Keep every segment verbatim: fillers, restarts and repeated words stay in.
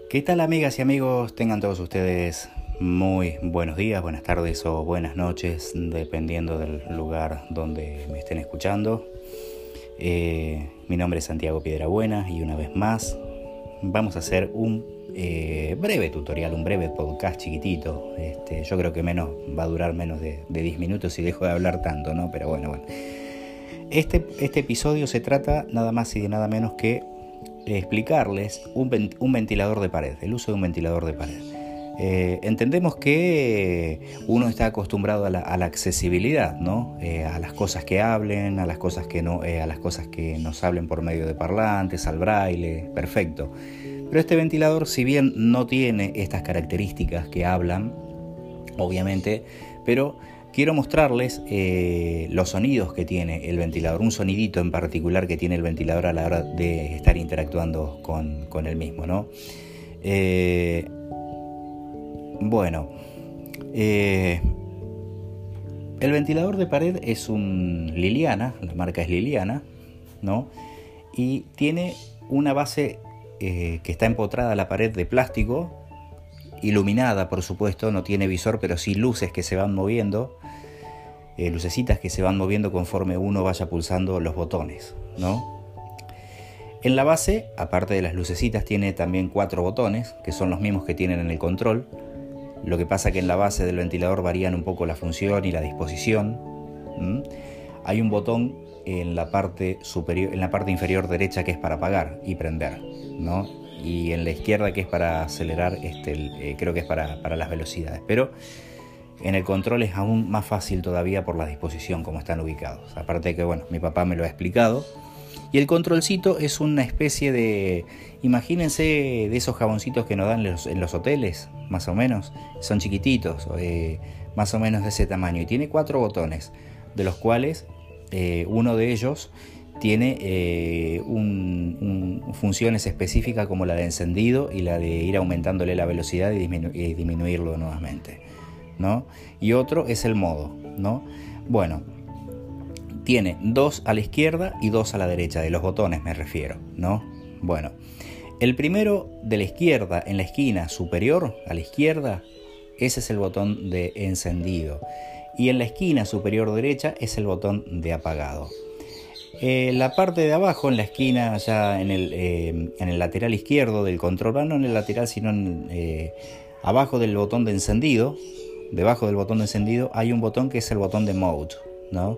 ¿Qué tal, amigas y amigos? Tengan todos ustedes muy buenos días, buenas tardes o buenas noches, dependiendo del lugar donde me estén escuchando. Eh, mi nombre es Santiago Piedrabuena y una vez más vamos a hacer un eh, breve tutorial, un breve podcast chiquitito. Este, yo creo que menos va a durar menos de, de diez minutos si dejo de hablar tanto, ¿no? Pero bueno, bueno. Este, este episodio se trata nada más y de nada menos que explicarles un, un ventilador de pared, el uso de un ventilador de pared. Eh, entendemos que uno está acostumbrado a la, a la accesibilidad, ¿no? Eh, a las cosas que hablen, a las cosas que no, eh, a las cosas que nos hablen por medio de parlantes, al braille, perfecto. Pero este ventilador, si bien no tiene estas características que hablan, obviamente, pero quiero mostrarles eh, los sonidos que tiene el ventilador, un sonidito en particular que tiene el ventilador a la hora de estar interactuando con, con el mismo, ¿no? Eh, bueno, eh, el ventilador de pared es un Liliana, la marca es Liliana, ¿no? Y tiene una base eh, que está empotrada a la pared de plástico, iluminada, por supuesto, no tiene visor, pero sí luces que se van moviendo, eh, lucecitas que se van moviendo conforme uno vaya pulsando los botones, ¿no? En la base, aparte de las lucecitas, tiene también cuatro botones, que son los mismos que tienen en el control. Lo que pasa que en la base del ventilador varían un poco la función y la disposición. ¿Mm? Hay un botón en la parte superior, en la parte inferior derecha, que es para apagar y prender, ¿no? Y en la izquierda, que es para acelerar, este, eh, creo que es para, para las velocidades, pero en el control es aún más fácil todavía por la disposición, como están ubicados. Aparte de que, bueno, mi papá me lo ha explicado. Y el controlcito es una especie de, imagínense, de esos jaboncitos que nos dan en los, en los hoteles, más o menos, son chiquititos, eh, más o menos de ese tamaño, y tiene cuatro botones, de los cuales eh, uno de ellos tiene eh, un, un, funciones específicas como la de encendido y la de ir aumentándole la velocidad y, disminu- y disminuirlo nuevamente, ¿no? Y otro es el modo, ¿no? Bueno, tiene dos a la izquierda y dos a la derecha, de los botones me refiero, ¿no? Bueno, el primero de la izquierda, en la esquina superior a la izquierda, ese es el botón de encendido, y en la esquina superior derecha es el botón de apagado. Eh, la parte de abajo, en la esquina, ya en el, eh, en el lateral izquierdo del control, bueno, no en el lateral, sino en, eh, abajo del botón de encendido, debajo del botón de encendido, hay un botón que es el botón de mode, ¿no?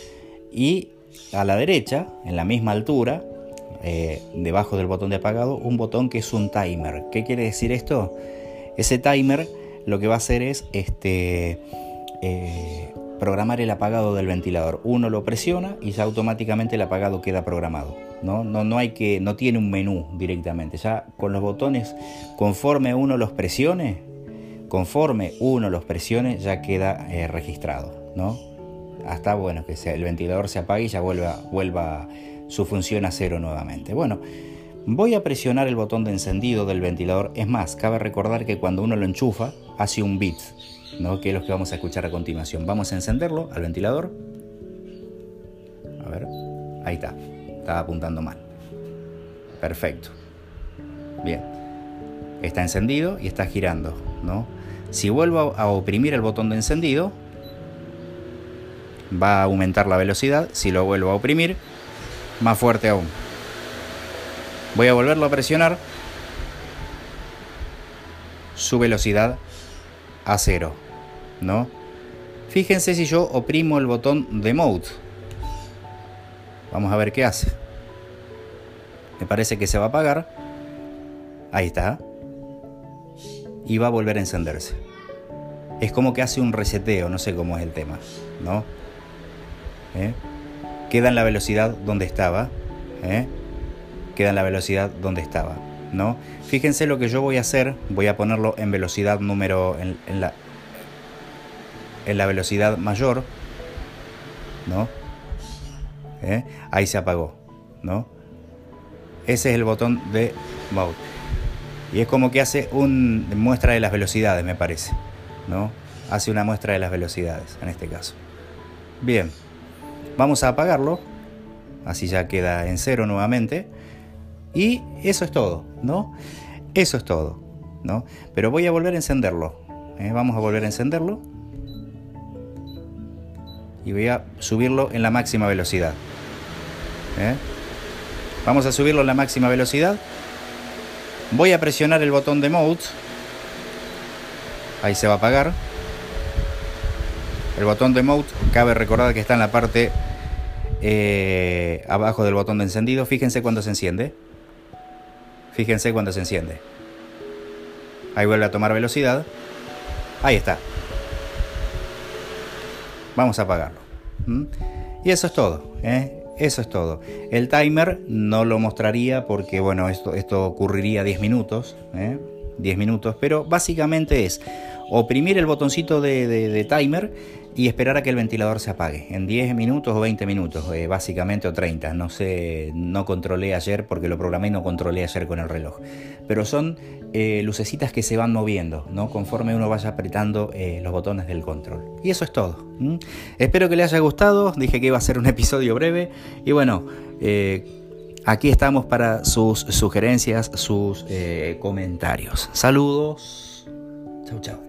Y a la derecha, en la misma altura, eh, debajo del botón de apagado, un botón que es un timer. ¿Qué quiere decir esto? Ese timer lo que va a hacer es este... Eh, programar el apagado del ventilador. Uno lo presiona y ya automáticamente el apagado queda programado, ¿no? No, no hay que, no tiene un menú directamente. Ya con los botones, conforme uno los presione, conforme uno los presione, ya queda eh, registrado, ¿no? Hasta, bueno, que sea, el ventilador se apague y ya vuelva, vuelva su función a cero nuevamente. Bueno, voy a presionar el botón de encendido del ventilador. Es más, cabe recordar que cuando uno lo enchufa, hace un beat, ¿no? Que es lo que vamos a escuchar a continuación. Vamos a encenderlo al ventilador. A ver, ahí está. Estaba apuntando mal. Perfecto. Bien. Está encendido y está girando, ¿no? Si vuelvo a oprimir el botón de encendido, va a aumentar la velocidad. Si lo vuelvo a oprimir, más fuerte aún. Voy a volverlo a presionar. Su velocidad a cero, ¿no? Fíjense si yo oprimo el botón de mode. Vamos a ver qué hace. Me parece que se va a apagar. Ahí está. Y va a volver a encenderse. Es como que hace un reseteo, no sé cómo es el tema, ¿no? ¿Eh? Queda en la velocidad donde estaba. ¿Eh? Queda en la velocidad donde estaba, ¿no? Fíjense lo que yo voy a hacer. Voy a ponerlo en velocidad número en, en la en la velocidad mayor, ¿no? ¿Eh? Ahí se apagó, ¿no? Ese es el botón de mode y es como que hace una muestra de las velocidades, me parece, ¿no? Hace una muestra de las velocidades en este caso. Bien, vamos a apagarlo, así ya queda en cero nuevamente. Y eso es todo, ¿no? Eso es todo, ¿no? Pero voy a volver a encenderlo. ¿eh? Vamos a volver a encenderlo. Y voy a subirlo en la máxima velocidad. ¿eh? Vamos a subirlo en la máxima velocidad. Voy a presionar el botón de Mode. Ahí se va a apagar. El botón de Mode, cabe recordar que está en la parte eh, abajo del botón de encendido. Fíjense cuando se enciende. Fíjense cuando se enciende. Ahí vuelve a tomar velocidad. Ahí está. Vamos a apagarlo. ¿Mm? Y eso es todo. ¿eh? Eso es todo. El timer no lo mostraría porque, bueno, esto, esto ocurriría diez minutos. ¿eh? diez minutos. Pero básicamente es oprimir el botoncito de, de, de timer y esperar a que el ventilador se apague. En diez minutos o veinte minutos, eh, básicamente, o treinta. No sé, no controlé ayer porque lo programé y no controlé ayer con el reloj. Pero son eh, lucecitas que se van moviendo, ¿no? Conforme uno vaya apretando eh, los botones del control. Y eso es todo. ¿Mm? Espero que les haya gustado. Dije que iba a ser un episodio breve. Y bueno, eh, aquí estamos para sus sugerencias, sus eh, comentarios. Saludos. Chau, chau.